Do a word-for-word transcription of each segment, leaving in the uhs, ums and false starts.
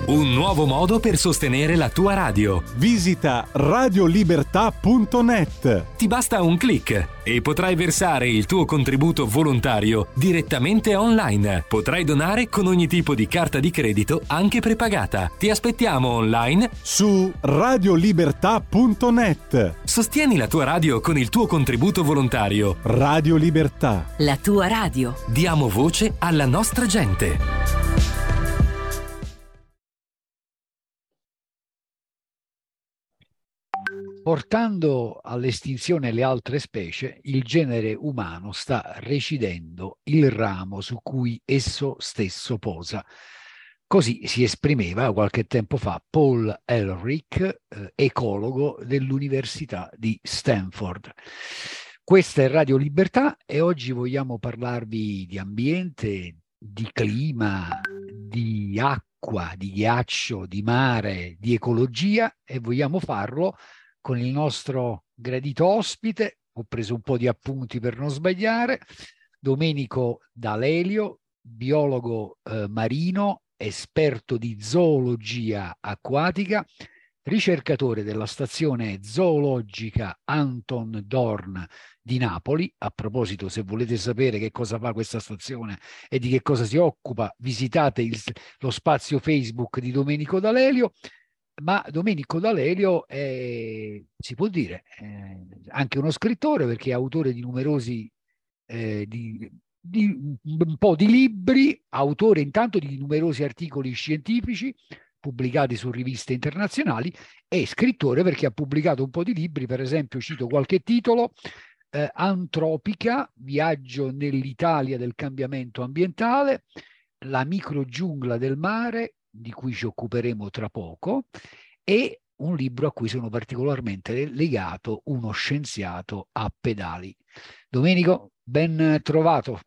Un nuovo modo per sostenere la tua radio. Visita radiolibertà punto net. Ti basta un click e potrai versare il tuo contributo volontario direttamente online. Potrai donare con ogni tipo di carta di credito, anche prepagata. Ti aspettiamo online su radiolibertà punto net. Sostieni la tua radio con il tuo contributo volontario. Radio Libertà. La tua radio. Diamo voce alla nostra gente. Portando all'estinzione le altre specie, il genere umano sta recidendo il ramo su cui esso stesso posa. Così si esprimeva qualche tempo fa Paul Ehrlich, eh, ecologo dell'Università di Stanford. Questa è Radio Libertà e oggi vogliamo parlarvi di ambiente, di clima, di acqua, di ghiaccio, di mare, di ecologia, e vogliamo farlo con il nostro gradito ospite. Ho preso un po' di appunti per non sbagliare. Domenico D'Alelio, biologo eh, marino, esperto di zoologia acquatica, ricercatore della stazione zoologica Anton Dorn di Napoli. A proposito, se volete sapere che cosa fa questa stazione e di che cosa si occupa, visitate il, lo spazio Facebook di Domenico D'Alelio. Ma Domenico D'Alelio è, si può dire, è anche uno scrittore, perché è autore di numerosi, eh, di, di un po' di libri, autore intanto di numerosi articoli scientifici pubblicati su riviste internazionali, e scrittore perché ha pubblicato un po' di libri. Per esempio, cito qualche titolo: eh, Antropica, viaggio nell'Italia del cambiamento ambientale, La microgiungla del mare, di cui ci occuperemo tra poco, e un libro a cui sono particolarmente legato, Uno scienziato a pedali. Domenico, ben trovato.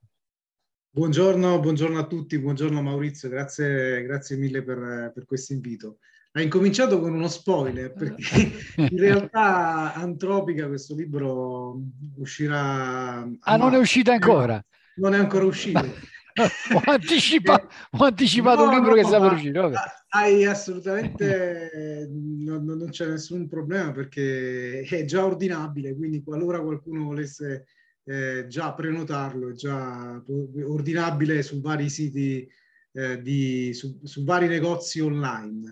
Buongiorno, buongiorno a tutti, buongiorno Maurizio, grazie, grazie mille per, per questo invito. Ha incominciato con uno spoiler, perché in realtà Antropica, questo libro, uscirà... Ah, non è uscito ancora? Non è ancora uscito. ho, anticipa- ho anticipato no, un libro no, che stava per uscire. Vabbè. Hai assolutamente, non, non c'è nessun problema, perché è già ordinabile, quindi qualora qualcuno volesse eh, già prenotarlo, è già ordinabile su vari siti, eh, di, su, su vari negozi online.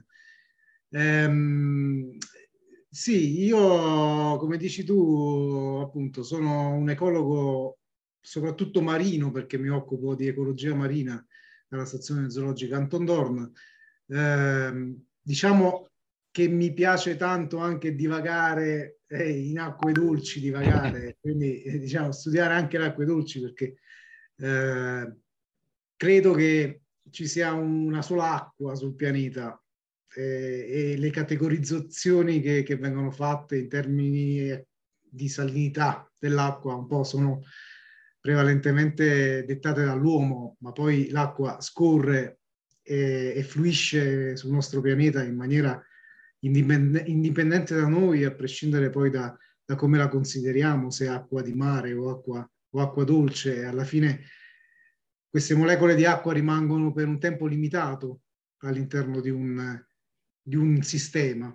Ehm, sì, io, come dici tu, appunto, sono un ecologo soprattutto marino, perché mi occupo di ecologia marina alla stazione zoologica Anton Dorn. Eh, diciamo che mi piace tanto anche divagare eh, in acque dolci, divagare, quindi eh, diciamo studiare anche le acque dolci, perché eh, credo che ci sia una sola acqua sul pianeta, eh, e le categorizzazioni che, che vengono fatte in termini di salinità dell'acqua un po' sono prevalentemente dettate dall'uomo, ma poi l'acqua scorre e, e fluisce sul nostro pianeta in maniera indipendente, indipendente da noi, a prescindere poi da, da come la consideriamo, se acqua di mare o acqua, o acqua dolce. Alla fine queste molecole di acqua rimangono per un tempo limitato all'interno di un, di un sistema.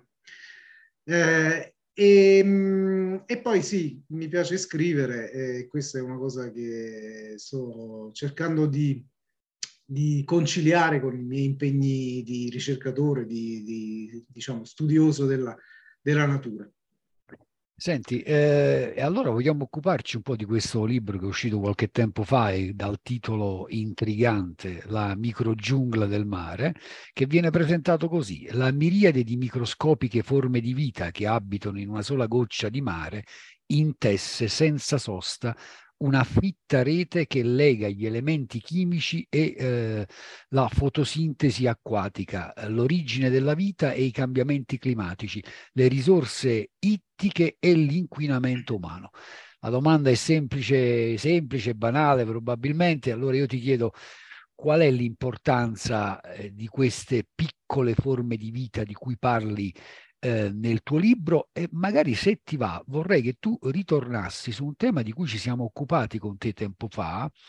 Eh, E, e poi sì, mi piace scrivere, e questa è una cosa che sto cercando di, di conciliare con i miei impegni di ricercatore, di, di diciamo studioso della, della natura. Senti, eh, allora vogliamo occuparci un po' di questo libro che è uscito qualche tempo fa e dal titolo intrigante, La microgiungla del mare, che viene presentato così: la miriade di microscopiche forme di vita che abitano in una sola goccia di mare intesse senza sosta una fitta rete che lega gli elementi chimici e eh, la fotosintesi acquatica, l'origine della vita e i cambiamenti climatici, le risorse ittiche e l'inquinamento umano. La domanda è semplice, semplice, banale probabilmente. Allora io ti chiedo: qual è l'importanza eh, di queste piccole forme di vita di cui parli eh, nel tuo libro? E magari, se ti va, vorrei che tu ritornassi su un tema di cui ci siamo occupati con te tempo fa,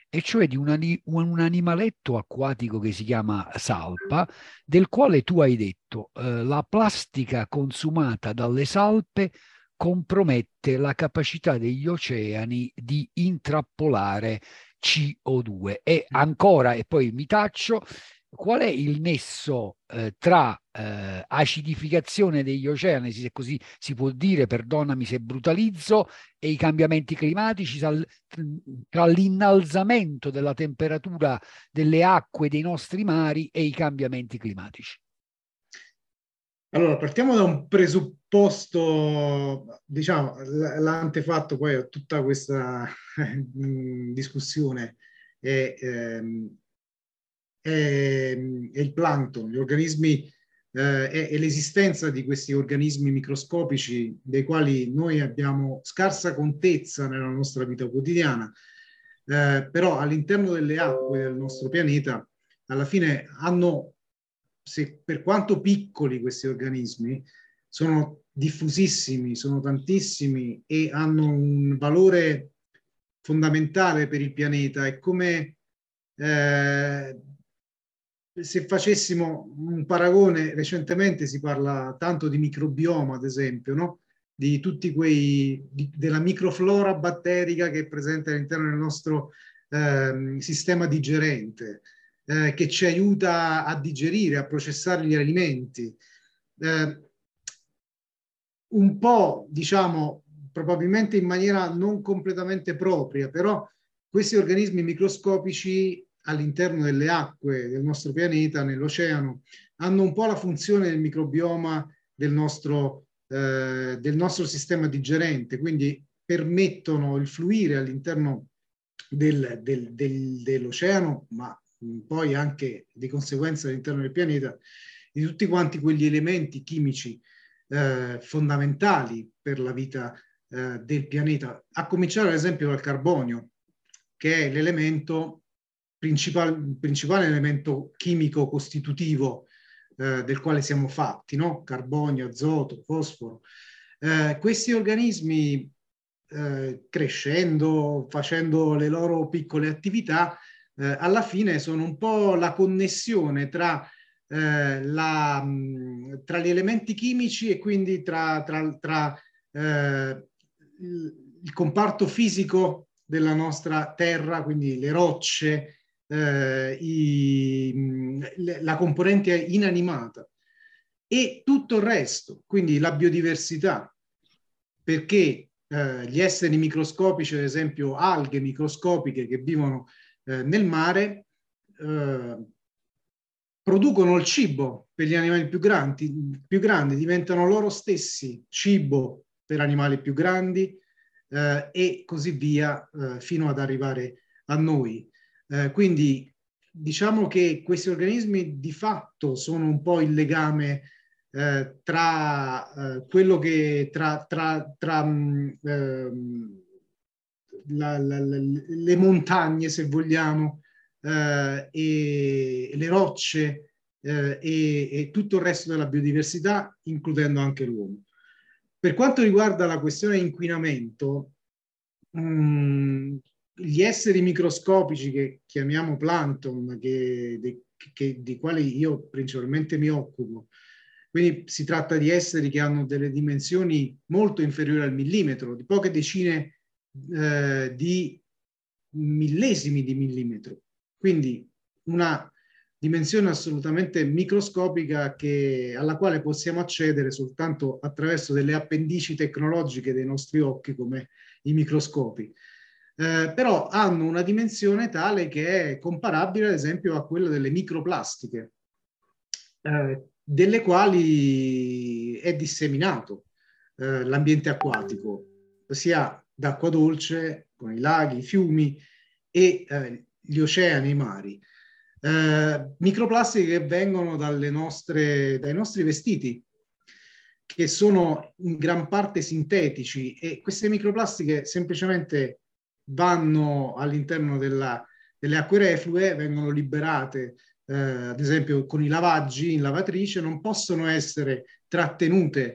e cioè di un, ani- un animaletto acquatico che si chiama salpa, del quale tu hai detto eh, la plastica consumata dalle salpe compromette la capacità degli oceani di intrappolare C O due. E ancora, e poi mi taccio, qual è il nesso eh, tra eh, acidificazione degli oceani, se così si può dire, perdonami se brutalizzo, e i cambiamenti climatici, tra, tra l'innalzamento della temperatura delle acque dei nostri mari e i cambiamenti climatici? Allora, partiamo da un presupposto, diciamo, l'antefatto poi a tutta questa discussione è, ehm, è, è il plancton, gli organismi, eh, è, è l'esistenza di questi organismi microscopici dei quali noi abbiamo scarsa contezza nella nostra vita quotidiana, eh, però all'interno delle acque del nostro pianeta alla fine hanno, se, per quanto piccoli questi organismi, sono diffusissimi, sono tantissimi e hanno un valore fondamentale per il pianeta. È come eh, se facessimo un paragone, recentemente si parla tanto di microbioma, ad esempio, no? Di tutti quei, di, della microflora batterica che è presente all'interno del nostro eh, sistema digerente, eh, che ci aiuta a digerire, a processare gli alimenti. Eh, un po', diciamo, probabilmente in maniera non completamente propria, però questi organismi microscopici all'interno delle acque del nostro pianeta, nell'oceano, hanno un po' la funzione del microbioma del nostro, eh, del nostro sistema digerente, quindi permettono il fluire all'interno del, del, del, dell'oceano, ma poi anche di conseguenza all'interno del pianeta, di tutti quanti quegli elementi chimici eh, fondamentali per la vita eh, del pianeta, a cominciare ad esempio dal carbonio, che è l'elemento principale, principale elemento chimico costitutivo eh, del quale siamo fatti, no? Carbonio, azoto, fosforo. Eh, questi organismi eh, crescendo, facendo le loro piccole attività, eh, alla fine sono un po' la connessione tra, eh, la, mh, tra gli elementi chimici e quindi tra, tra, tra eh, il, il comparto fisico della nostra terra, quindi le rocce, eh, i, la componente inanimata e tutto il resto, quindi la biodiversità, perché eh, gli esseri microscopici, ad esempio alghe microscopiche che vivono eh, nel mare, eh, producono il cibo per gli animali più grandi, più grandi, diventano loro stessi cibo per animali più grandi eh, e così via eh, fino ad arrivare a noi. Eh, quindi diciamo che questi organismi di fatto sono un po' il legame eh, tra eh, quello che tra, tra, tra mh, ehm, la, la, la, le montagne, se vogliamo, eh, e le rocce eh, e, e tutto il resto della biodiversità, includendo anche l'uomo. Per quanto riguarda la questione inquinamento, mh, gli esseri microscopici che chiamiamo plancton, che, de, che, di quali io principalmente mi occupo, quindi si tratta di esseri che hanno delle dimensioni molto inferiori al millimetro, di poche decine eh, di millesimi di millimetro, quindi una dimensione assolutamente microscopica che, alla quale possiamo accedere soltanto attraverso delle appendici tecnologiche dei nostri occhi come i microscopi. Eh, però hanno una dimensione tale che è comparabile ad esempio a quella delle microplastiche, eh, delle quali è disseminato eh, l'ambiente acquatico, sia d'acqua dolce, con i laghi, i fiumi e eh, gli oceani, i mari. Eh, microplastiche che vengono dalle nostre, dai nostri vestiti, che sono in gran parte sintetici, e queste microplastiche semplicemente vanno all'interno della, delle acque reflue, vengono liberate eh, ad esempio con i lavaggi in lavatrice, non possono essere trattenute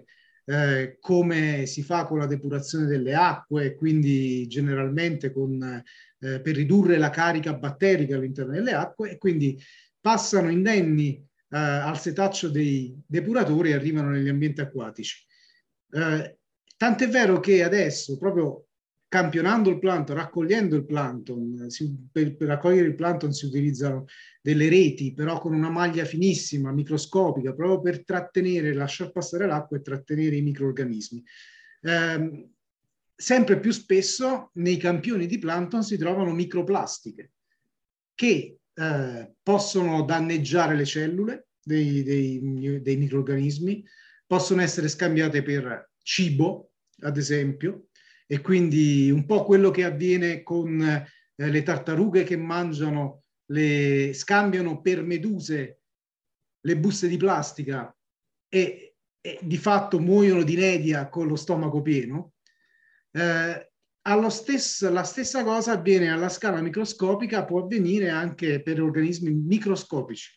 eh, come si fa con la depurazione delle acque, quindi generalmente con, eh, per ridurre la carica batterica all'interno delle acque, e quindi passano indenni eh, al setaccio dei depuratori e arrivano negli ambienti acquatici. Eh, tant'è vero che adesso, proprio campionando il plankton, raccogliendo il plankton, si, per, per raccogliere il plankton si utilizzano delle reti, però con una maglia finissima, microscopica, proprio per trattenere, lasciar passare l'acqua e trattenere i microrganismi. Eh, sempre più spesso nei campioni di plankton si trovano microplastiche che eh, possono danneggiare le cellule dei, dei, dei microrganismi, possono essere scambiate per cibo, ad esempio, e quindi un po' quello che avviene con eh, le tartarughe che mangiano, le scambiano per meduse le buste di plastica e, e di fatto muoiono di inedia con lo stomaco pieno. Eh, allo stesso, la stessa cosa avviene alla scala microscopica, può avvenire anche per organismi microscopici.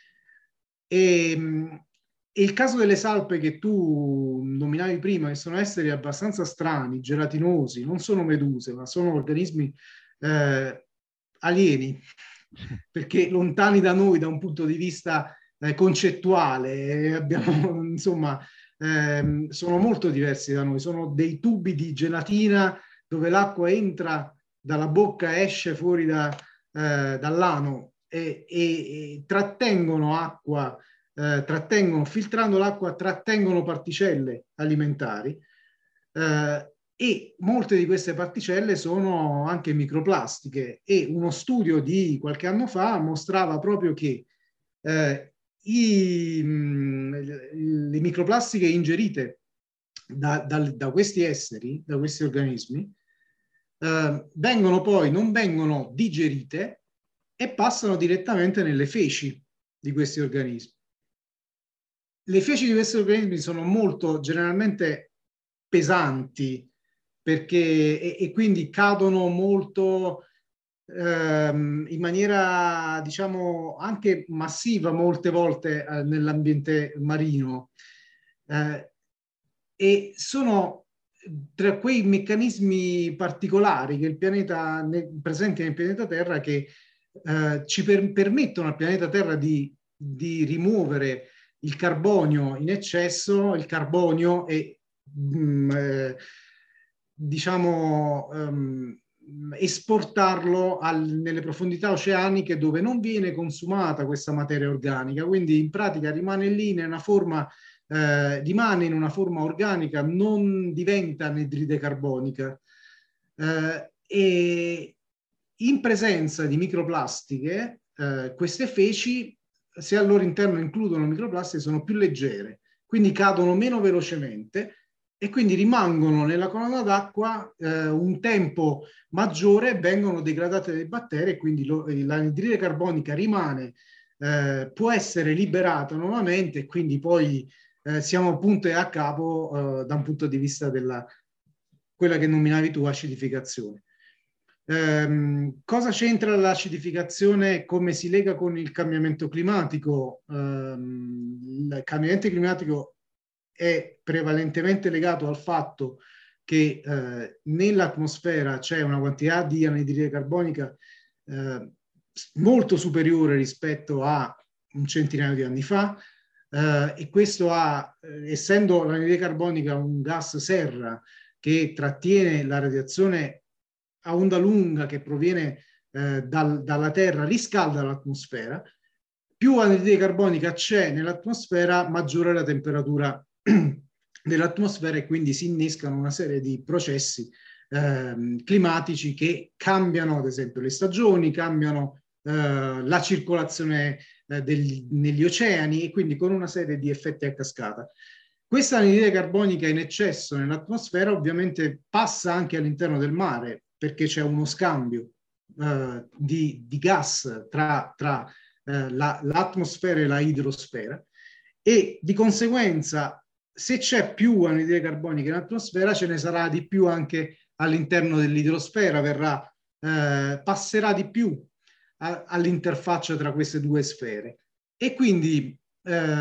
E, e il caso delle salpe che tu nominavi prima, che sono esseri abbastanza strani, gelatinosi, non sono meduse, ma sono organismi eh, alieni, perché lontani da noi da un punto di vista eh, concettuale, abbiamo, insomma, ehm, sono molto diversi da noi, sono dei tubi di gelatina dove l'acqua entra dalla bocca, esce fuori da, eh, dall'ano e, e, e trattengono acqua, eh, trattengono, filtrando l'acqua, trattengono particelle alimentari. Eh, e molte di queste particelle sono anche microplastiche, e uno studio di qualche anno fa mostrava proprio che eh, i, mh, le microplastiche ingerite da, da, da questi esseri, da questi organismi, eh, vengono poi, non vengono digerite e passano direttamente nelle feci di questi organismi. Le feci di questi organismi sono molto generalmente pesanti, perché e, e quindi cadono molto ehm, in maniera, diciamo, anche massiva molte volte eh, nell'ambiente marino, eh, e sono tra quei meccanismi particolari che il pianeta ne, presenti nel pianeta Terra, che eh, ci per, permettono al pianeta Terra di, di rimuovere il carbonio in eccesso, il carbonio e mh, eh, diciamo, um, esportarlo al, nelle profondità oceaniche, dove non viene consumata questa materia organica, quindi in pratica rimane lì in una forma, eh, rimane in una forma organica, non diventa anidride carbonica. Eh, e in presenza di microplastiche, eh, queste feci, se al loro interno includono microplastiche, sono più leggere, quindi cadono meno velocemente, e quindi rimangono nella colonna d'acqua eh, un tempo maggiore e vengono degradate dai batteri, e quindi lo, l'anidride carbonica rimane, eh, può essere liberata nuovamente, e quindi poi eh, siamo a punto e a capo eh, da un punto di vista della quella che nominavi tu, acidificazione. Eh, cosa c'entra l'acidificazione? Come si lega con il cambiamento climatico? Eh, il cambiamento climatico è prevalentemente legato al fatto che eh, nell'atmosfera c'è una quantità di anidride carbonica eh, molto superiore rispetto a un centinaio di anni fa, eh, e questo ha, eh, essendo l'anidride carbonica un gas serra che trattiene la radiazione a onda lunga che proviene eh, dal, dalla Terra, riscalda l'atmosfera, più anidride carbonica c'è nell'atmosfera, maggiore è la temperatura dell'atmosfera, e quindi si innescano una serie di processi eh, climatici che cambiano, ad esempio, le stagioni, cambiano eh, la circolazione eh, degli, negli oceani, e quindi con una serie di effetti a cascata. Questa anidride carbonica in eccesso nell'atmosfera ovviamente passa anche all'interno del mare, perché c'è uno scambio eh, di, di gas tra, tra eh, la, l'atmosfera e la idrosfera, e di conseguenza, se c'è più anidride carbonica in atmosfera, ce ne sarà di più anche all'interno dell'idrosfera, verrà, eh, passerà di più a, all'interfaccia tra queste due sfere. E quindi eh,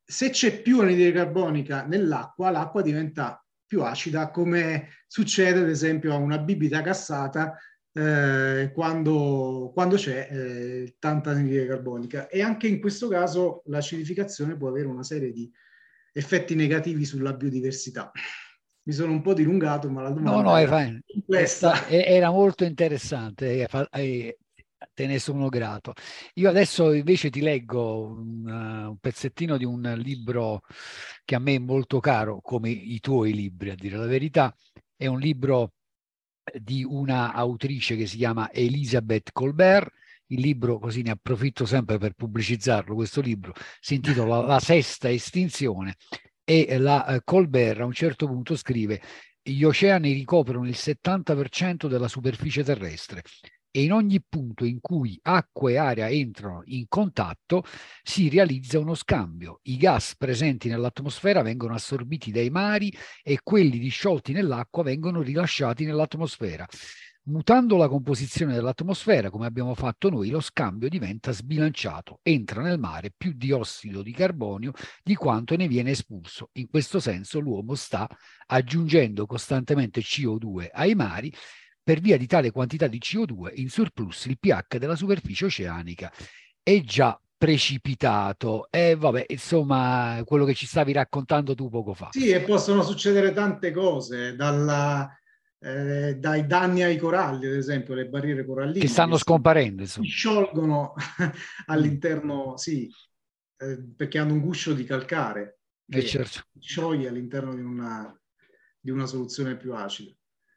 se c'è più anidride carbonica nell'acqua, l'acqua diventa più acida, come succede ad esempio a una bibita gassata eh, quando, quando c'è eh, tanta anidride carbonica. E anche in questo caso l'acidificazione può avere una serie di effetti negativi sulla biodiversità. Mi sono un po' dilungato, ma la domanda no, no, è è, complessa. è, era molto interessante, e te ne sono grato. Io adesso invece ti leggo un, un pezzettino di un libro che a me è molto caro, come i tuoi libri, a dire la verità. È un libro di una autrice che si chiama Elisabeth Colbert. Il libro, così ne approfitto sempre per pubblicizzarlo, questo libro si intitola La sesta estinzione, e la Colbert a un certo punto scrive: gli oceani ricoprono il settanta per cento della superficie terrestre e in ogni punto in cui acqua e aria entrano in contatto si realizza uno scambio. I gas presenti nell'atmosfera vengono assorbiti dai mari e quelli disciolti nell'acqua vengono rilasciati nell'atmosfera. Mutando la composizione dell'atmosfera, come abbiamo fatto noi, lo scambio diventa sbilanciato. Entra nel mare più diossido di carbonio di quanto ne viene espulso. In questo senso l'uomo sta aggiungendo costantemente C O due ai mari. Per via di tale quantità di C O due in surplus, il pH della superficie oceanica è già precipitato. E vabbè, insomma, quello che ci stavi raccontando tu poco fa. Sì, e possono succedere tante cose, dalla, eh, dai danni ai coralli, ad esempio, le barriere coralline che stanno che scomparendo, si insomma. sciolgono all'interno, sì, eh, perché hanno un guscio di calcare che Eh certo. scioglie all'interno di una, di una soluzione più acida.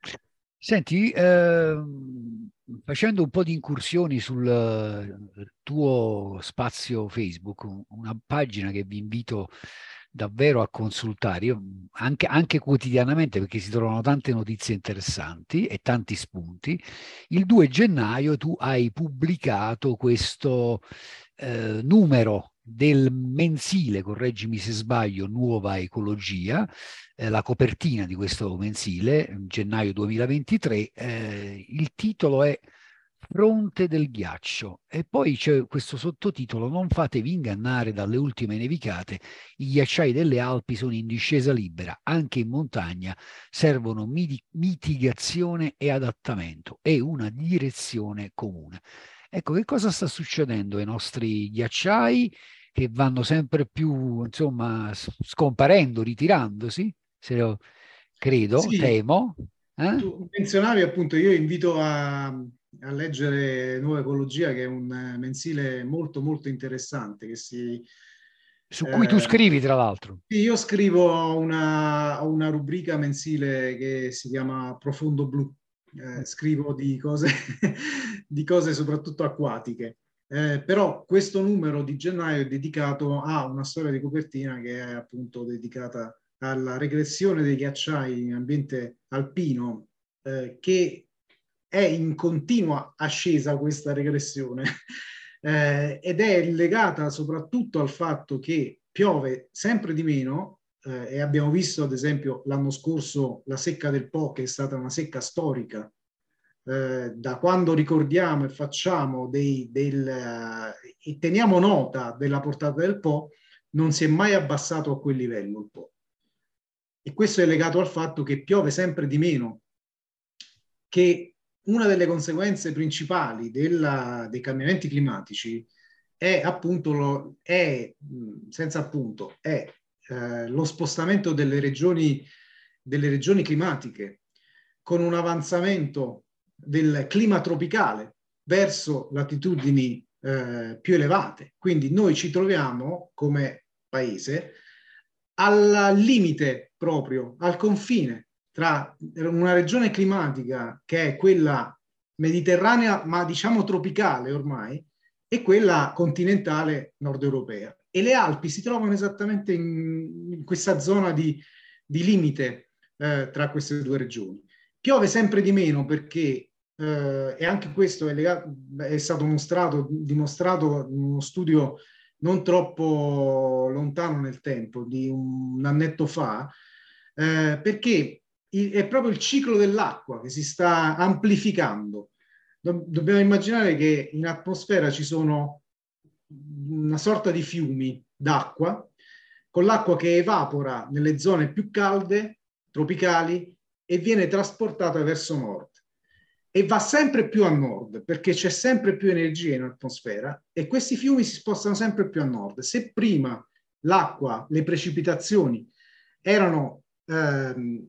Senti, eh, facendo un po' di incursioni sul uh, tuo spazio Facebook, una pagina che vi invito davvero a consultare, io, anche, anche quotidianamente, perché si trovano tante notizie interessanti e tanti spunti. Il due gennaio tu hai pubblicato questo eh, numero del mensile, correggimi se sbaglio, Nuova Ecologia. Eh, la copertina di questo mensile, gennaio duemilaventitré, eh, il titolo è Fronte del ghiaccio, e poi c'è questo sottotitolo: non fatevi ingannare dalle ultime nevicate, i ghiacciai delle Alpi sono in discesa libera, anche in montagna servono miti- mitigazione e adattamento e una direzione comune. Ecco, che cosa sta succedendo ai nostri ghiacciai, che vanno sempre più, insomma, scomparendo, ritirandosi, se lo credo, Sì, temo. Eh? tu menzionavi appunto, io invito a, a leggere Nuova Ecologia, che è un mensile molto molto interessante, che si... Su cui tu Eh, scrivi, tra l'altro. io scrivo una, una rubrica mensile che si chiama Profondo Blu. Eh, scrivo di cose, di cose soprattutto acquatiche. Eh, però questo numero di gennaio è dedicato a una storia di copertina che è appunto dedicata alla regressione dei ghiacciai in ambiente alpino, eh, che è in continua ascesa questa regressione, eh, ed è legata soprattutto al fatto che piove sempre di meno, eh, e abbiamo visto ad esempio l'anno scorso la secca del Po, che è stata una secca storica. Eh, da quando ricordiamo e facciamo dei, del, uh, e teniamo nota della portata del Po, non si è mai abbassato a quel livello il Po. E questo è legato al fatto che piove sempre di meno, che una delle conseguenze principali della, dei cambiamenti climatici è appunto, lo, è, senza appunto, è eh, lo spostamento delle regioni, delle regioni climatiche, con un avanzamento del clima tropicale verso latitudini eh, più elevate. Quindi noi ci troviamo come paese al limite proprio, al confine tra una regione climatica che è quella mediterranea, ma diciamo tropicale ormai, e quella continentale nord europea. E le Alpi si trovano esattamente in, in questa zona di, di limite eh, tra queste due regioni. Piove sempre di meno perché, eh, e anche questo è, legato, è stato mostrato, dimostrato in uno studio non troppo lontano nel tempo, di un annetto fa, eh, perché il, è proprio il ciclo dell'acqua che si sta amplificando. Do, dobbiamo immaginare che in atmosfera ci sono una sorta di fiumi d'acqua con l'acqua che evapora nelle zone più calde, tropicali, e viene trasportata verso nord. E va sempre più a nord, perché c'è sempre più energia in atmosfera e questi fiumi si spostano sempre più a nord. Se prima l'acqua, le precipitazioni erano, ehm,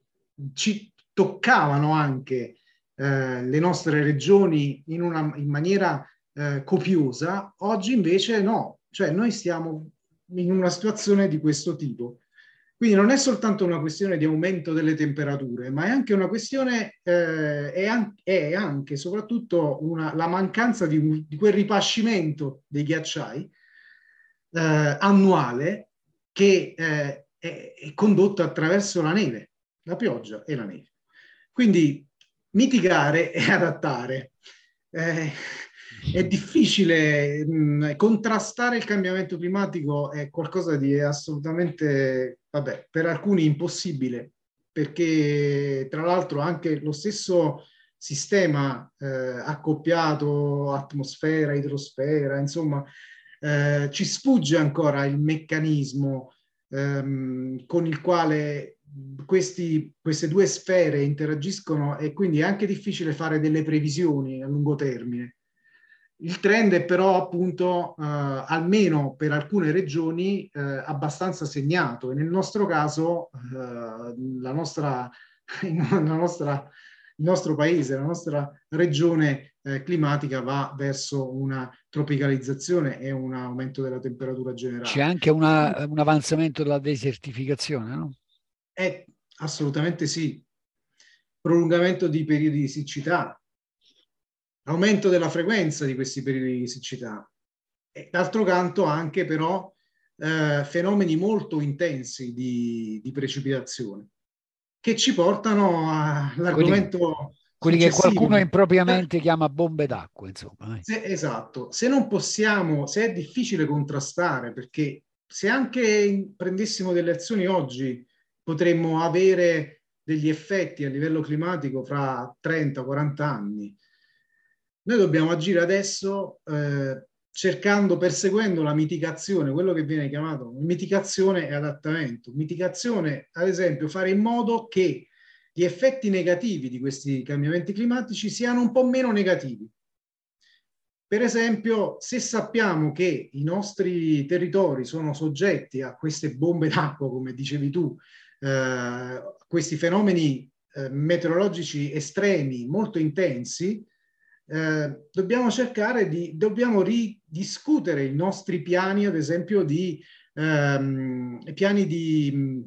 ci toccavano anche eh, le nostre regioni in, una, in maniera eh, copiosa, oggi invece no, cioè noi stiamo in una situazione di questo tipo. Quindi non è soltanto una questione di aumento delle temperature, ma è anche una questione, eh, è, anche, è anche soprattutto una, la mancanza di, un, di quel ripascimento dei ghiacciai eh, annuale che eh, è, è condotto attraverso la neve, la pioggia e la neve. Quindi mitigare e adattare. Eh, è difficile, mh, contrastare il cambiamento climatico è qualcosa di assolutamente, vabbè, per alcuni impossibile, perché tra l'altro anche lo stesso sistema eh, accoppiato atmosfera, idrosfera, insomma, eh, ci sfugge ancora il meccanismo ehm, con il quale questi, queste due sfere interagiscono, e quindi è anche difficile fare delle previsioni a lungo termine. Il trend è però appunto eh, almeno per alcune regioni eh, abbastanza segnato, e nel nostro caso eh, la nostra, la nostra, il nostro paese, la nostra regione eh, climatica va verso una tropicalizzazione e un aumento della temperatura generale. C'è anche una, un avanzamento della desertificazione, no? Eh, assolutamente sì. Prolungamento di periodi di siccità, aumento della frequenza di questi periodi di siccità, e d'altro canto anche però eh, fenomeni molto intensi di, di precipitazione che ci portano all'argomento quelli, quelli che qualcuno impropriamente chiama bombe d'acqua, insomma. Se, esatto, se non possiamo, se è difficile contrastare, perché se anche prendessimo delle azioni oggi potremmo avere degli effetti a livello climatico fra trenta quaranta anni. Noi dobbiamo agire adesso eh, cercando, perseguendo la mitigazione, quello che viene chiamato mitigazione e adattamento. Mitigazione, ad esempio, fare in modo che gli effetti negativi di questi cambiamenti climatici siano un po' meno negativi. Per esempio, se sappiamo che i nostri territori sono soggetti a queste bombe d'acqua, come dicevi tu, eh, questi fenomeni eh, meteorologici estremi molto intensi, Eh, dobbiamo cercare di, dobbiamo ridiscutere i nostri piani, ad esempio, di ehm, piani di,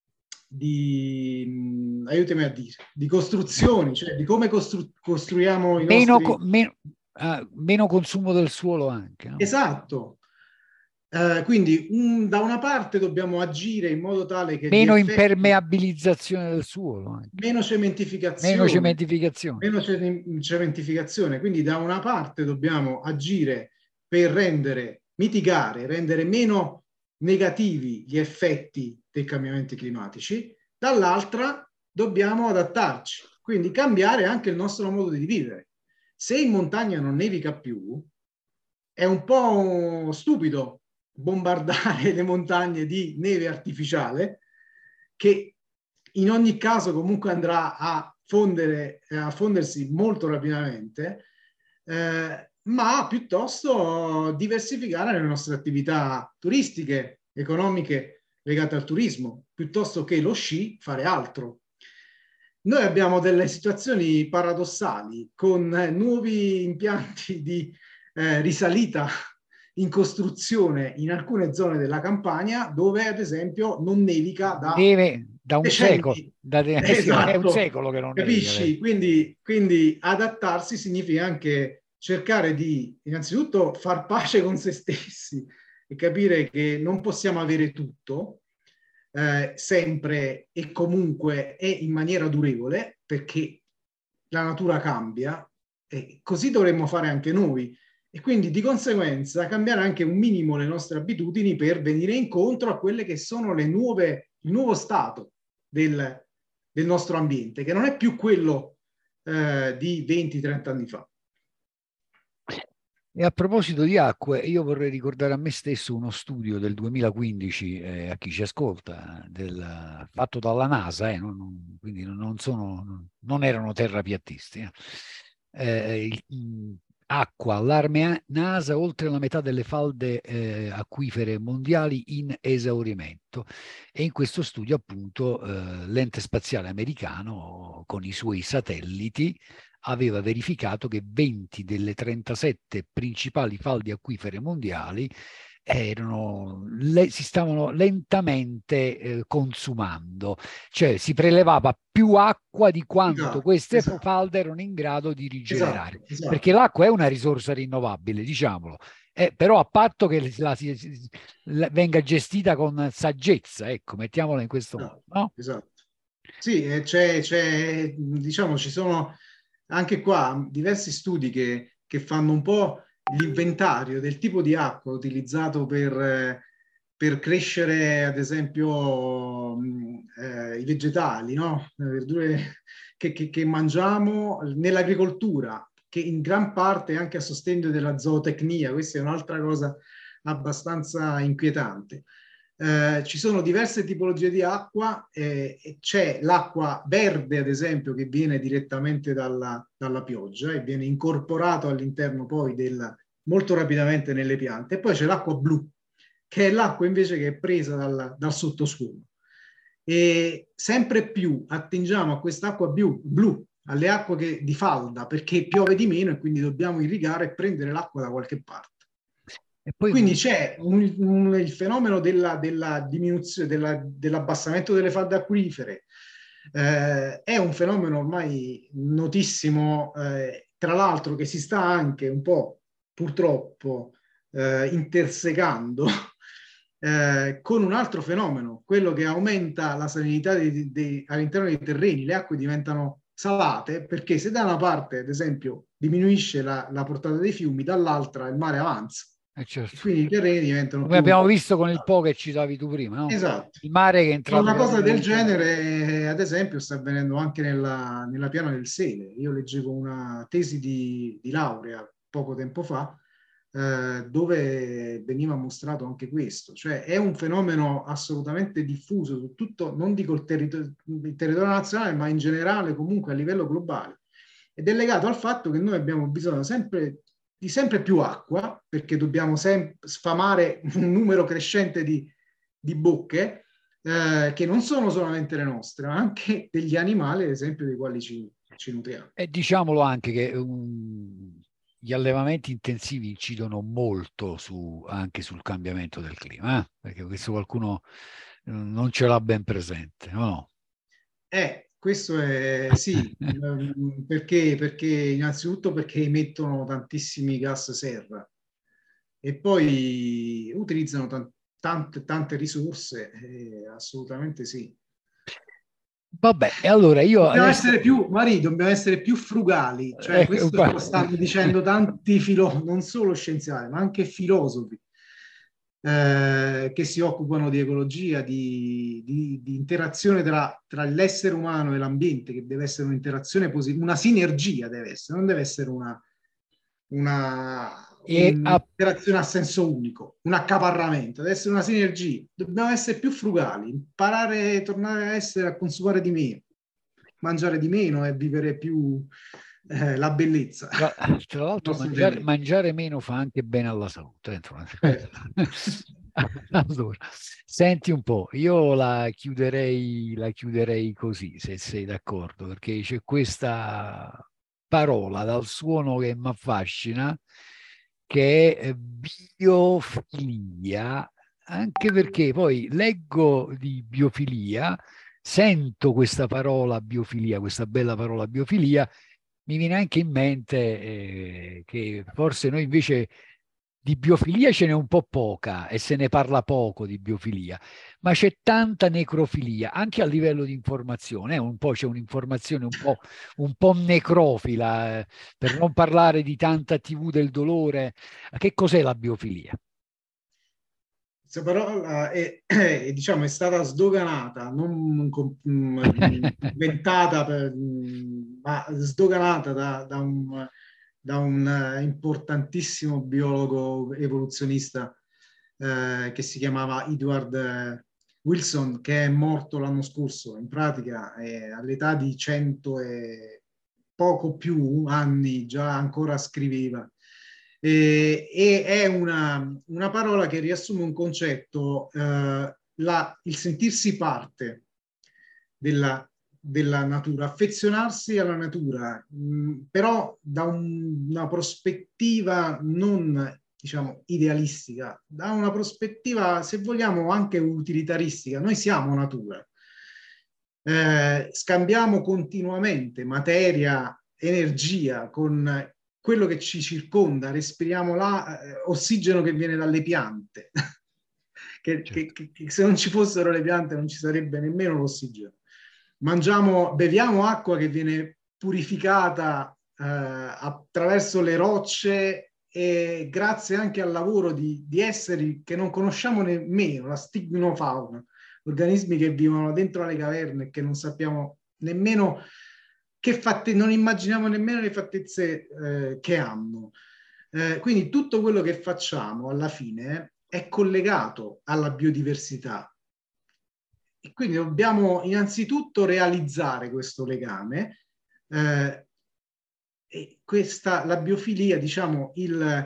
di, aiutami a dire, di costruzioni, cioè di come costru costruiamo i meno, nostri... co meno, uh, meno consumo del suolo anche. No? Esatto. Uh, quindi un, da una parte dobbiamo agire in modo tale che meno effetti, impermeabilizzazione del suolo anche. meno cementificazione, meno cementificazione meno cementificazione quindi da una parte dobbiamo agire per rendere, mitigare, rendere meno negativi gli effetti dei cambiamenti climatici, dall'altra dobbiamo adattarci, quindi cambiare anche il nostro modo di vivere. Se in montagna non nevica più, è un po' stupido bombardare le montagne di neve artificiale, che in ogni caso comunque andrà a fondere, a fondersi molto rapidamente, eh, ma piuttosto diversificare le nostre attività turistiche, economiche legate al turismo, piuttosto che lo sci fare altro. Noi abbiamo delle situazioni paradossali con nuovi impianti di eh, risalita in costruzione in alcune zone della Campania, dove ad esempio non nevica da, Neve, da un decenni. secolo, da de Esatto. È un secolo che non capisci? Nevica. Quindi, quindi adattarsi significa anche cercare di innanzitutto far pace con se stessi e capire che non possiamo avere tutto eh, sempre e comunque e in maniera durevole, perché la natura cambia e così dovremmo fare anche noi. E quindi di conseguenza cambiare anche un minimo le nostre abitudini per venire incontro a quelle che sono le nuove, il nuovo stato del, del nostro ambiente, che non è più quello eh, di venti trenta anni fa. E a proposito di acque, io vorrei ricordare a me stesso uno studio del duemilaquindici, eh, a chi ci ascolta, del, fatto dalla NASA, eh, non- non- quindi non, sono, non erano terrapiattisti. Eh. Eh, il- mh, acqua, allarme NASA, oltre la metà delle falde eh, acquifere mondiali in esaurimento. E in questo studio, appunto, eh, l'ente spaziale americano, con i suoi satelliti, aveva verificato che venti delle trentasette principali falde acquifere mondiali erano, le, si stavano lentamente eh, consumando, cioè si prelevava più acqua di quanto Esatto, queste esatto, falde erano in grado di rigenerare, esatto, esatto. perché l'acqua è una risorsa rinnovabile, diciamolo. Eh, però a patto che la, si, la, venga gestita con saggezza, ecco, mettiamola in questo modo, no? Esatto. Sì, eh, c'è, c'è, diciamo, ci sono anche qua diversi studi che, che fanno un po' l'inventario del tipo di acqua utilizzato per, eh, per crescere, ad esempio, mh, eh, i vegetali, no? Le verdure che, che, che mangiamo nell'agricoltura, che in gran parte è anche a sostegno della zootecnia. Questa è un'altra cosa abbastanza inquietante. Eh, ci sono diverse tipologie di acqua, eh, e c'è l'acqua verde, ad esempio, che viene direttamente dalla, dalla pioggia e viene incorporato all'interno poi del, molto rapidamente nelle piante, e poi c'è l'acqua blu, che è l'acqua invece che è presa dal, dal sottosuolo. E sempre più attingiamo a quest'acqua blu, blu, alle acque che, di falda, perché piove di meno e quindi dobbiamo irrigare e prendere l'acqua da qualche parte. E poi, quindi c'è un, un, il fenomeno della, della diminuzione, della, dell'abbassamento delle falde acquifere. Eh, è un fenomeno ormai notissimo, eh, tra l'altro che si sta anche un po' purtroppo eh, intersecando eh, con un altro fenomeno, quello che aumenta la salinità dei, dei, all'interno dei terreni. Le acque diventano salate perché se da una parte, ad esempio, diminuisce la, la portata dei fiumi, dall'altra il mare avanza. Eh certo. Quindi i terreni diventano come più... abbiamo visto con il Po che citavi tu prima, no? Esatto. Il mare che è entrato. Una cosa del genere, ad esempio, sta avvenendo anche nella, nella piana del Sele. Io leggevo una tesi di, di laurea poco tempo fa, eh, dove veniva mostrato anche questo. Cioè è un fenomeno assolutamente diffuso su tutto, non dico il, territorio, il territorio nazionale, ma in generale comunque a livello globale. Ed è legato al fatto che noi abbiamo bisogno sempre di sempre più acqua, perché dobbiamo sfamare un numero crescente di, di bocche, eh, che non sono solamente le nostre, ma anche degli animali, ad esempio, dei quali ci, ci nutriamo. E diciamolo anche che um, gli allevamenti intensivi incidono molto su, anche sul cambiamento del clima, eh? Perché questo qualcuno non ce l'ha ben presente, no? Eh, questo è sì, perché, perché innanzitutto perché emettono tantissimi gas serra e poi utilizzano t- tante, tante risorse, eh, assolutamente sì. Vabbè, e allora io dobbiamo adesso... essere più, Mari, dobbiamo essere più frugali, cioè ecco, questo guarda. lo stanno dicendo tanti filosofi, non solo scienziati, ma anche filosofi. Eh, che si occupano di ecologia, di, di, di interazione tra, tra l'essere umano e l'ambiente, che deve essere un'interazione positiva, una sinergia deve essere, non deve essere una, una un'interazione a... a senso unico, un accaparramento, deve essere una sinergia. Dobbiamo essere più frugali, imparare, tornare a essere, a consumare di meno, mangiare di meno e vivere più eh, la bellezza. Tra, tra l'altro mangiare, mangiare meno fa anche bene alla salute. Eh. Allora, senti un po', io la chiuderei, la chiuderei così, se sei d'accordo, perché c'è questa parola dal suono che mi affascina, che è biofilia, anche perché poi leggo di biofilia, sento questa parola biofilia, questa bella parola biofilia, mi viene anche in mente eh, che forse noi invece di biofilia ce n'è un po' poca e se ne parla poco di biofilia, ma c'è tanta necrofilia anche a livello di informazione, eh? Un po' c'è un'informazione un po', un po' necrofila, eh, per non parlare di tanta tivù del dolore. Che cos'è la biofilia? Questa parola è, è, diciamo, è stata sdoganata, non inventata, per, ma sdoganata da, da, un, da un uh, importantissimo biologo evoluzionista uh, che si chiamava Edward uh, Wilson, che è morto l'anno scorso. In pratica eh, all'età di cento e poco più anni già ancora scriveva. E, e è una, una parola che riassume un concetto, uh, la, il sentirsi parte della, della natura, affezionarsi alla natura, mh, però da un, una prospettiva non, diciamo, idealistica, da una prospettiva, se vogliamo, anche utilitaristica. Noi siamo natura, eh, scambiamo continuamente materia, energia con quello che ci circonda, respiriamo là, eh, ossigeno che viene dalle piante, che, certo. che, che, che se non ci fossero le piante non ci sarebbe nemmeno l'ossigeno. Mangiamo, beviamo acqua che viene purificata eh, attraverso le rocce e grazie anche al lavoro di, di esseri che non conosciamo nemmeno, la stignofauna, organismi che vivono dentro le caverne e che non sappiamo nemmeno che fatte, non immaginiamo nemmeno le fattezze eh, che hanno. Eh, quindi tutto quello che facciamo alla fine è collegato alla biodiversità. E quindi dobbiamo innanzitutto realizzare questo legame. Eh, e questa, la biofilia, diciamo, il,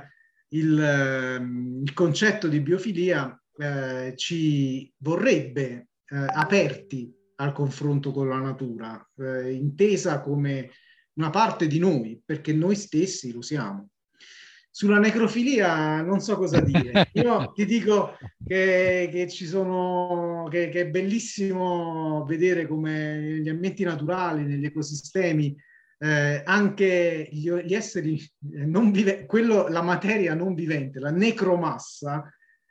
il, il concetto di biofilia eh, ci vorrebbe eh, aperti al confronto con la natura, eh, intesa come una parte di noi, perché noi stessi lo siamo. Sulla necrofilia non so cosa dire. Io ti dico che, che ci sono, che, che è bellissimo vedere come negli ambienti naturali, negli ecosistemi, eh, anche gli, gli esseri non viventi, quello, la materia non vivente, la necromassa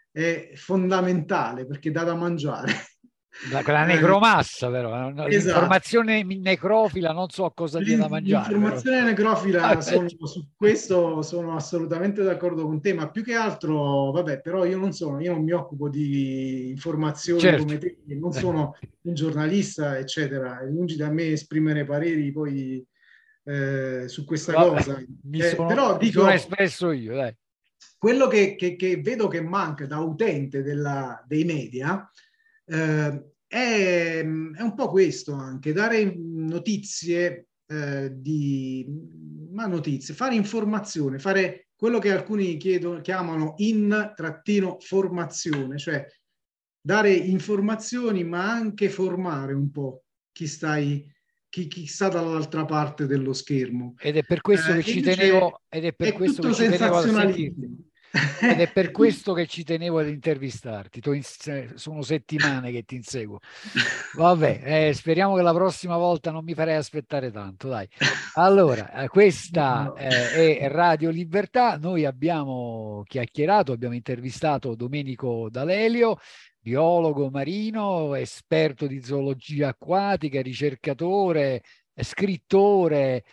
è fondamentale perché dà da mangiare. La, quella necromassa, però, esatto. L'informazione necrofila non so cosa dia da mangiare. L'informazione però. necrofila, sono, su questo sono assolutamente d'accordo con te, ma più che altro, vabbè, però io non sono, io non mi occupo di informazioni, certo, come te, non sono un giornalista, eccetera, è lungi da me esprimere pareri poi eh, su questa vabbè, cosa. Mi eh, sono, però mi dico, sono espresso io, dai. Quello che, che, che vedo che manca da utente della, dei media Eh, è, è un po' questo anche, dare notizie eh, di ma notizie, fare informazione, fare quello che alcuni chiedono, chiamano in trattino formazione, cioè dare informazioni ma anche formare un po' chi stai chi, chi sta dall'altra parte dello schermo. Ed è per questo eh, che ci tenevo ed è per è questo che ci tenevo a sentirti. Ed è per questo che ci tenevo ad intervistarti. Sono settimane che ti inseguo. Vabbè, eh, speriamo che la prossima volta non mi farei aspettare tanto. Dai. Allora, questa eh, è Radio Libertà. Noi abbiamo chiacchierato, abbiamo intervistato Domenico D'Alelio, biologo marino, esperto di zoologia acquatica, ricercatore, scrittore,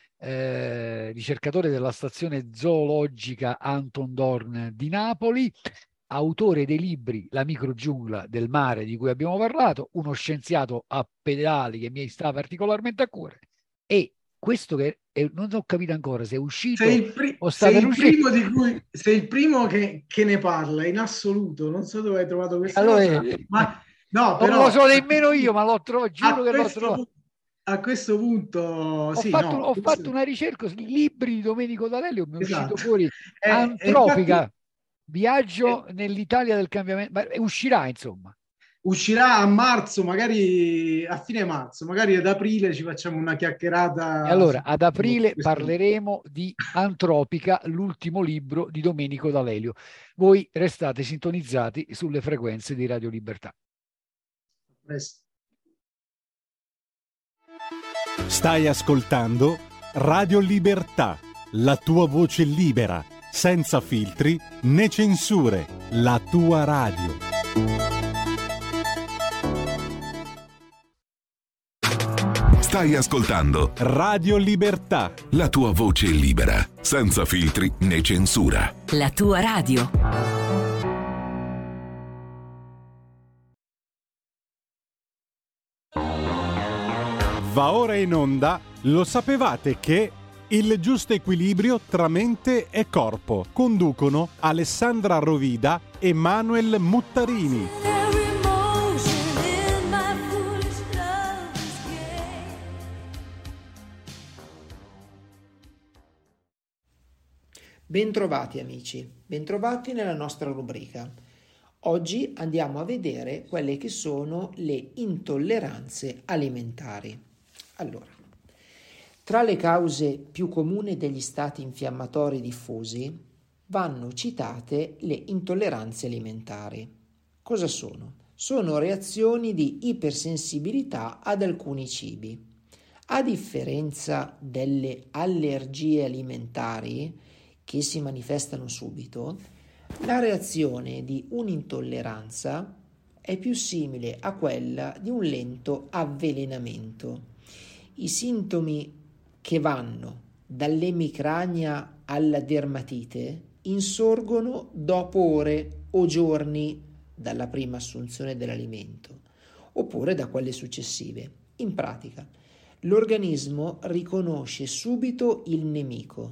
Eh, ricercatore della stazione zoologica Anton Dorn di Napoli, autore dei libri La microgiungla del mare di cui abbiamo parlato, uno scienziato a pedali che mi sta particolarmente a cuore, e questo che è, non ho capito ancora se è uscito sei il, pri- o sta sei per il uscire. primo di cui sei il primo che, che ne parla in assoluto, non so dove hai trovato questa allora, cosa, eh, ma no, però, non lo so nemmeno io, ma l'ho trovato, giuro che l'ho trovato. A questo punto ho, sì, fatto, no, ho questo... fatto una ricerca sui libri di Domenico D'Alelio, mi è esatto. uscito fuori è, Antropica, infatti, viaggio è, nell'Italia del cambiamento, ma uscirà insomma. Uscirà a marzo, magari a fine marzo, magari ad aprile ci facciamo una chiacchierata. E allora ad aprile parleremo di Antropica, l'ultimo libro di Domenico D'Alelio. Voi restate sintonizzati sulle frequenze di Radio Libertà. Presto. Stai ascoltando Radio Libertà, la tua voce libera, senza filtri né censure, la tua radio. Stai ascoltando Radio Libertà, la tua voce libera, senza filtri né censura. La tua radio. Va ora in onda, lo sapevate che... Il giusto equilibrio tra mente e corpo. Conducono Alessandra Rovida e Manuel Muttarini. Bentrovati amici, bentrovati nella nostra rubrica. Oggi andiamo a vedere quelle che sono le intolleranze alimentari. Allora, tra le cause più comuni degli stati infiammatori diffusi vanno citate le intolleranze alimentari. Cosa sono? Sono reazioni di ipersensibilità ad alcuni cibi. A differenza delle allergie alimentari che si manifestano subito, la reazione di un'intolleranza è più simile a quella di un lento avvelenamento. I sintomi che vanno dall'emicrania alla dermatite insorgono dopo ore o giorni dalla prima assunzione dell'alimento, oppure da quelle successive. In pratica, l'organismo riconosce subito il nemico,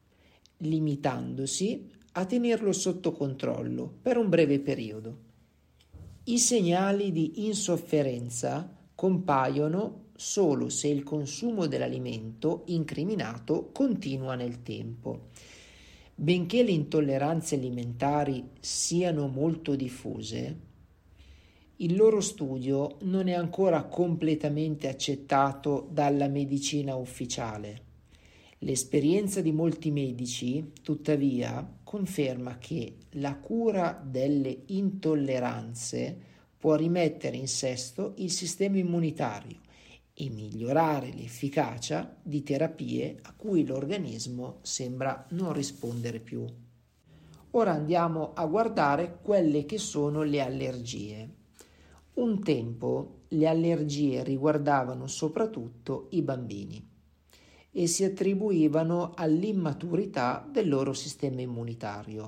limitandosi a tenerlo sotto controllo per un breve periodo. I segnali di insofferenza compaiono solo se il consumo dell'alimento incriminato continua nel tempo. Benché le intolleranze alimentari siano molto diffuse, il loro studio non è ancora completamente accettato dalla medicina ufficiale. L'esperienza di molti medici, tuttavia, conferma che la cura delle intolleranze può rimettere in sesto il sistema immunitario e migliorare l'efficacia di terapie a cui l'organismo sembra non rispondere più. Ora andiamo a guardare quelle che sono le allergie. Un tempo le allergie riguardavano soprattutto i bambini e si attribuivano all'immaturità del loro sistema immunitario.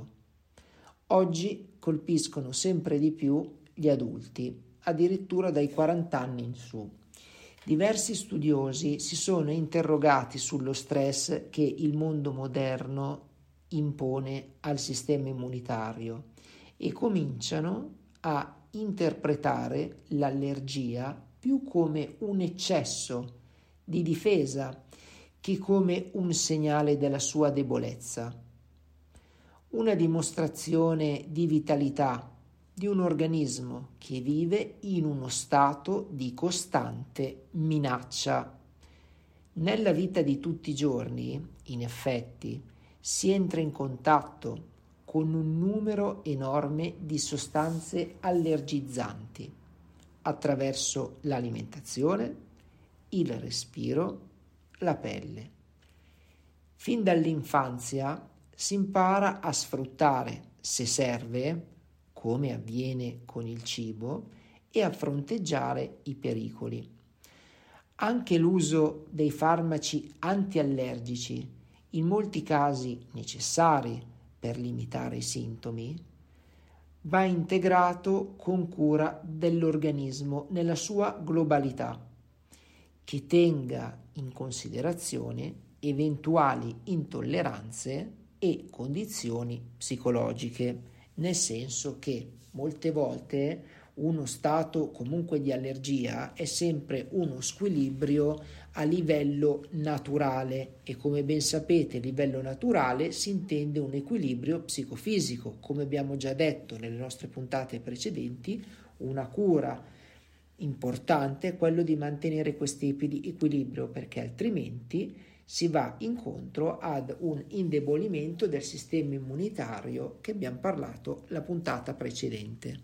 Oggi colpiscono sempre di più gli adulti, addirittura dai quaranta anni in su. Diversi studiosi si sono interrogati sullo stress che il mondo moderno impone al sistema immunitario e cominciano a interpretare l'allergia più come un eccesso di difesa che come un segnale della sua debolezza, una dimostrazione di vitalità di un organismo che vive in uno stato di costante minaccia. Nella vita di tutti i giorni, in effetti, si entra in contatto con un numero enorme di sostanze allergizzanti attraverso l'alimentazione, il respiro, la pelle. Fin dall'infanzia si impara a sfruttare, se serve, come avviene con il cibo, e a fronteggiare i pericoli. Anche l'uso dei farmaci antiallergici, in molti casi necessari per limitare i sintomi, va integrato con cura dell'organismo nella sua globalità, che tenga in considerazione eventuali intolleranze e condizioni psicologiche, nel senso che molte volte uno stato comunque di allergia è sempre uno squilibrio a livello naturale e, come ben sapete, a livello naturale si intende un equilibrio psicofisico. Come abbiamo già detto nelle nostre puntate precedenti, una cura importante è quello di mantenere questo equilibrio, perché altrimenti si va incontro ad un indebolimento del sistema immunitario che abbiamo parlato la puntata precedente.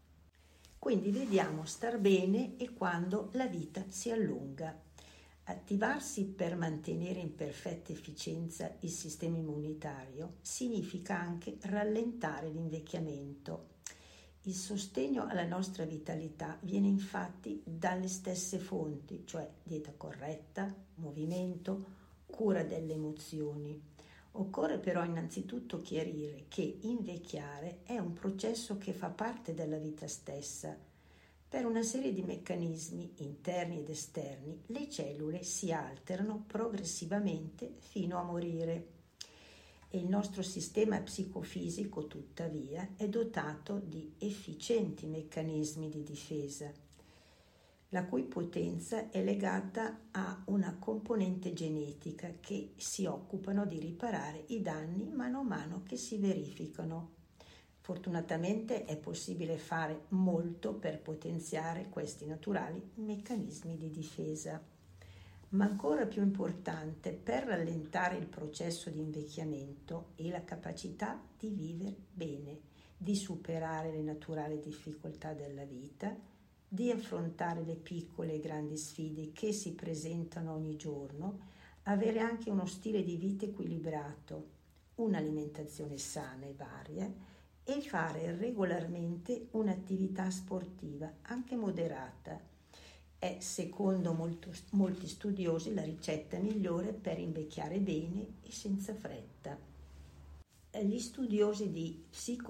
Quindi vediamo star bene e quando la vita si allunga. Attivarsi per mantenere in perfetta efficienza il sistema immunitario significa anche rallentare l'invecchiamento. Il sostegno alla nostra vitalità viene infatti dalle stesse fonti, cioè dieta corretta, movimento, cura delle emozioni. Occorre però innanzitutto chiarire che invecchiare è un processo che fa parte della vita stessa. Per una serie di meccanismi interni ed esterni, le cellule si alterano progressivamente fino a morire. E il nostro sistema psicofisico, tuttavia, è dotato di efficienti meccanismi di difesa, la cui potenza è legata a una componente genetica che si occupano di riparare i danni mano a mano che si verificano. Fortunatamente è possibile fare molto per potenziare questi naturali meccanismi di difesa. Ma ancora più importante, per rallentare il processo di invecchiamento è la capacità di vivere bene, di superare le naturali difficoltà della vita, di affrontare le piccole e grandi sfide che si presentano ogni giorno, avere anche uno stile di vita equilibrato, un'alimentazione sana e varia e fare regolarmente un'attività sportiva, anche moderata. È, secondo molto, molti studiosi, la ricetta migliore per invecchiare bene e senza fretta. Gli studiosi di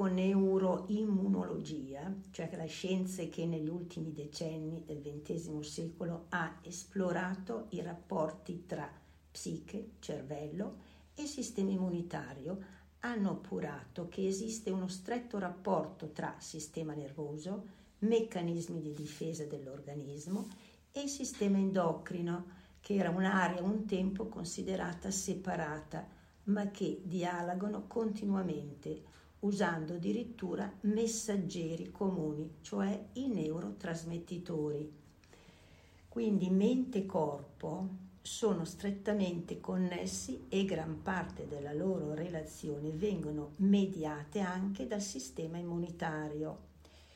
psiconeuroimmunologia, cioè la scienza che negli ultimi decenni del ventesimo secolo ha esplorato i rapporti tra psiche, cervello e sistema immunitario, hanno appurato che esiste uno stretto rapporto tra sistema nervoso, meccanismi di difesa dell'organismo e il sistema endocrino, che era un'area un tempo considerata separata, ma che dialogano continuamente, usando addirittura messaggeri comuni, cioè i neurotrasmettitori. Quindi mente e corpo sono strettamente connessi e gran parte della loro relazione vengono mediate anche dal sistema immunitario.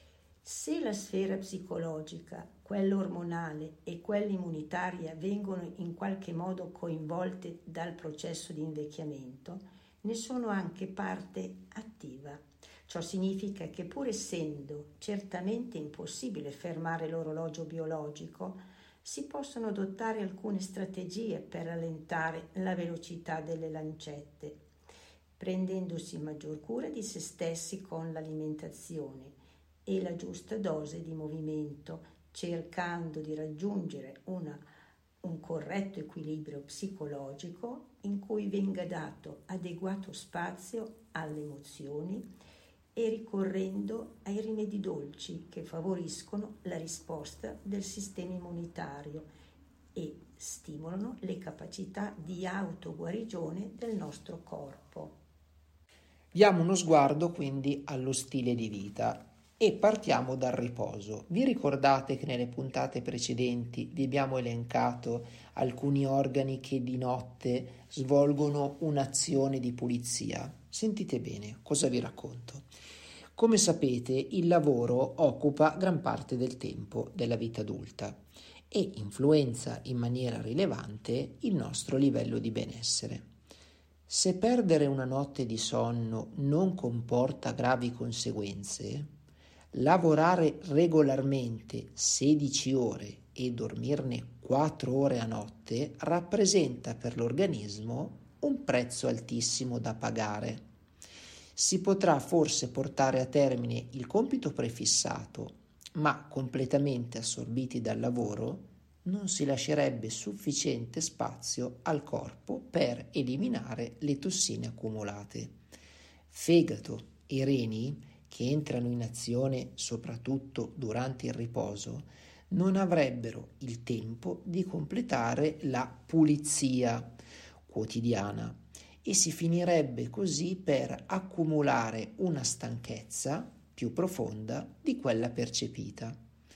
Se la sfera psicologica, quella ormonale e quella immunitaria vengono in qualche modo coinvolte dal processo di invecchiamento, ne sono anche parte attiva. Ciò significa che, pur essendo certamente impossibile fermare l'orologio biologico, si possono adottare alcune strategie per rallentare la velocità delle lancette, prendendosi maggior cura di se stessi con l'alimentazione e la giusta dose di movimento, cercando di raggiungere una, un corretto equilibrio psicologico in cui venga dato adeguato spazio alle emozioni e ricorrendo ai rimedi dolci che favoriscono la risposta del sistema immunitario e stimolano le capacità di autoguarigione del nostro corpo. Diamo uno sguardo quindi allo stile di vita e partiamo dal riposo. Vi ricordate che nelle puntate precedenti vi abbiamo elencato alcuni organi che di notte svolgono un'azione di pulizia? Sentite bene cosa vi racconto. Come sapete, il lavoro occupa gran parte del tempo della vita adulta e influenza in maniera rilevante il nostro livello di benessere. Se perdere una notte di sonno non comporta gravi conseguenze, lavorare regolarmente sedici ore e dormirne quattro ore a notte rappresenta per l'organismo un prezzo altissimo da pagare. Si potrà forse portare a termine il compito prefissato, ma completamente assorbiti dal lavoro non si lascerebbe sufficiente spazio al corpo per eliminare le tossine accumulate. Fegato e reni, che entrano in azione soprattutto durante il riposo, non avrebbero il tempo di completare la pulizia quotidiana e si finirebbe così per accumulare una stanchezza più profonda di quella percepita.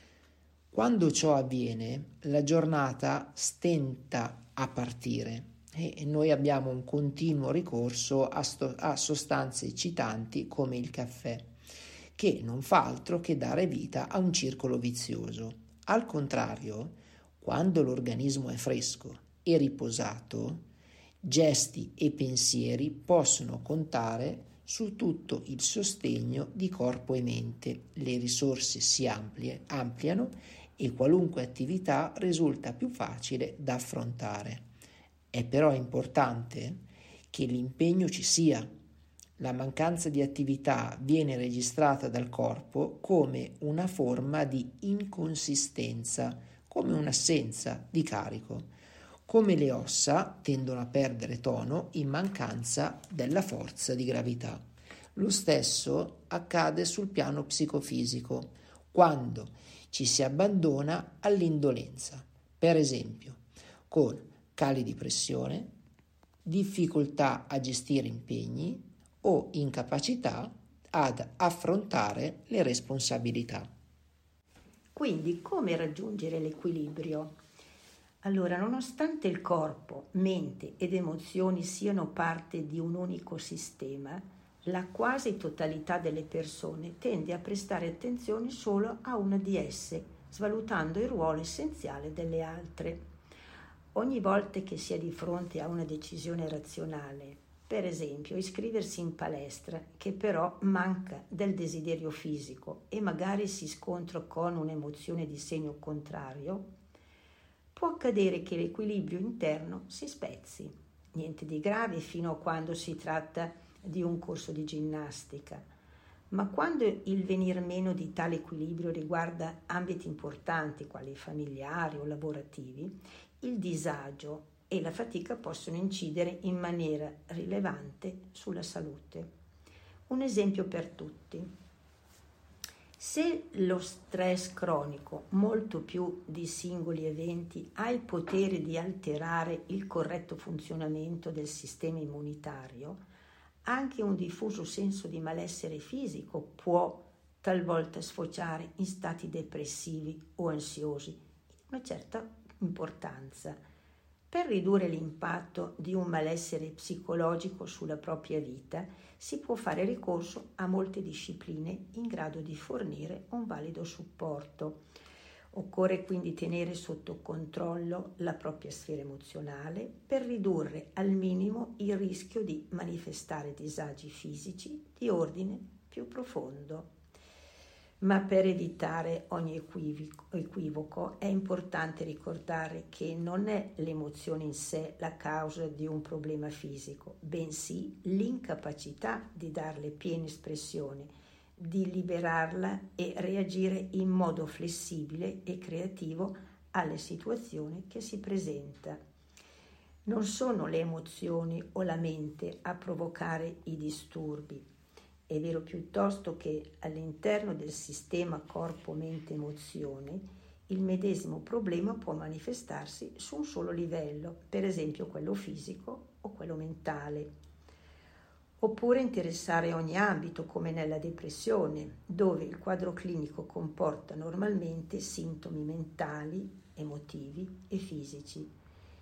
Quando ciò avviene, la giornata stenta a partire e noi abbiamo un continuo ricorso a, sto- a sostanze eccitanti come il caffè, che non fa altro che dare vita a un circolo vizioso. Al contrario, quando l'organismo è fresco e riposato, gesti e pensieri possono contare su tutto il sostegno di corpo e mente, le risorse si amplie, ampliano e qualunque attività risulta più facile da affrontare. È però importante che l'impegno ci sia. La mancanza di attività viene registrata dal corpo come una forma di inconsistenza, come un'assenza di carico, come le ossa tendono a perdere tono in mancanza della forza di gravità. Lo stesso accade sul piano psicofisico, quando ci si abbandona all'indolenza, per esempio con cali di pressione, difficoltà a gestire impegni o incapacità ad affrontare le responsabilità. Quindi, come raggiungere l'equilibrio? Allora, nonostante il corpo, mente ed emozioni siano parte di un unico sistema, la quasi totalità delle persone tende a prestare attenzione solo a una di esse, svalutando il ruolo essenziale delle altre. Ogni volta che si è di fronte a una decisione razionale, per esempio iscriversi in palestra, che però manca del desiderio fisico e magari si scontra con un'emozione di segno contrario, può accadere che l'equilibrio interno si spezzi. Niente di grave fino a quando si tratta di un corso di ginnastica, ma quando il venir meno di tale equilibrio riguarda ambiti importanti quali familiari o lavorativi, il disagio e la fatica possono incidere in maniera rilevante sulla salute. Un esempio per tutti. Se lo stress cronico, molto più di singoli eventi, ha il potere di alterare il corretto funzionamento del sistema immunitario, anche un diffuso senso di malessere fisico può talvolta sfociare in stati depressivi o ansiosi di una certa importanza. Per ridurre l'impatto di un malessere psicologico sulla propria vita si può fare ricorso a molte discipline in grado di fornire un valido supporto. Occorre quindi tenere sotto controllo la propria sfera emozionale per ridurre al minimo il rischio di manifestare disagi fisici di ordine più profondo. Ma per evitare ogni equivoco, equivoco è importante ricordare che non è l'emozione in sé la causa di un problema fisico, bensì l'incapacità di darle piena espressione, di liberarla e reagire in modo flessibile e creativo alle situazioni che si presenta. Non sono le emozioni o la mente a provocare i disturbi. È vero piuttosto che all'interno del sistema corpo-mente-emozione il medesimo problema può manifestarsi su un solo livello, per esempio quello fisico o quello mentale. Oppure interessare ogni ambito, come nella depressione, dove il quadro clinico comporta normalmente sintomi mentali, emotivi e fisici.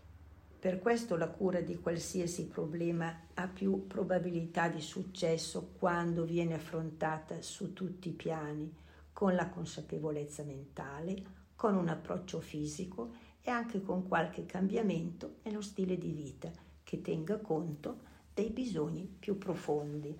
Per questo la cura di qualsiasi problema ha più probabilità di successo quando viene affrontata su tutti i piani, con la consapevolezza mentale, con un approccio fisico e anche con qualche cambiamento nello stile di vita che tenga conto dei bisogni più profondi.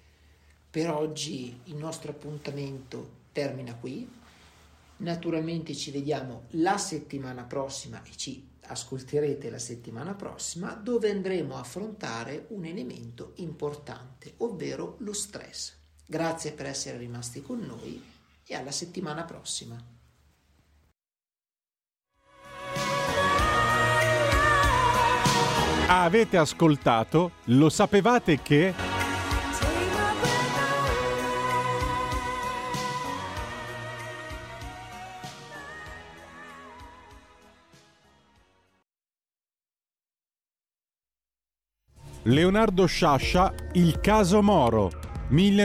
Per oggi il nostro appuntamento termina qui. Naturalmente ci vediamo la settimana prossima e ci ascolterete la settimana prossima, dove andremo a affrontare un elemento importante, ovvero lo stress. Grazie per essere rimasti con noi e alla settimana prossima. Avete ascoltato? Lo sapevate che? Leonardo Sciascia, Il caso Moro,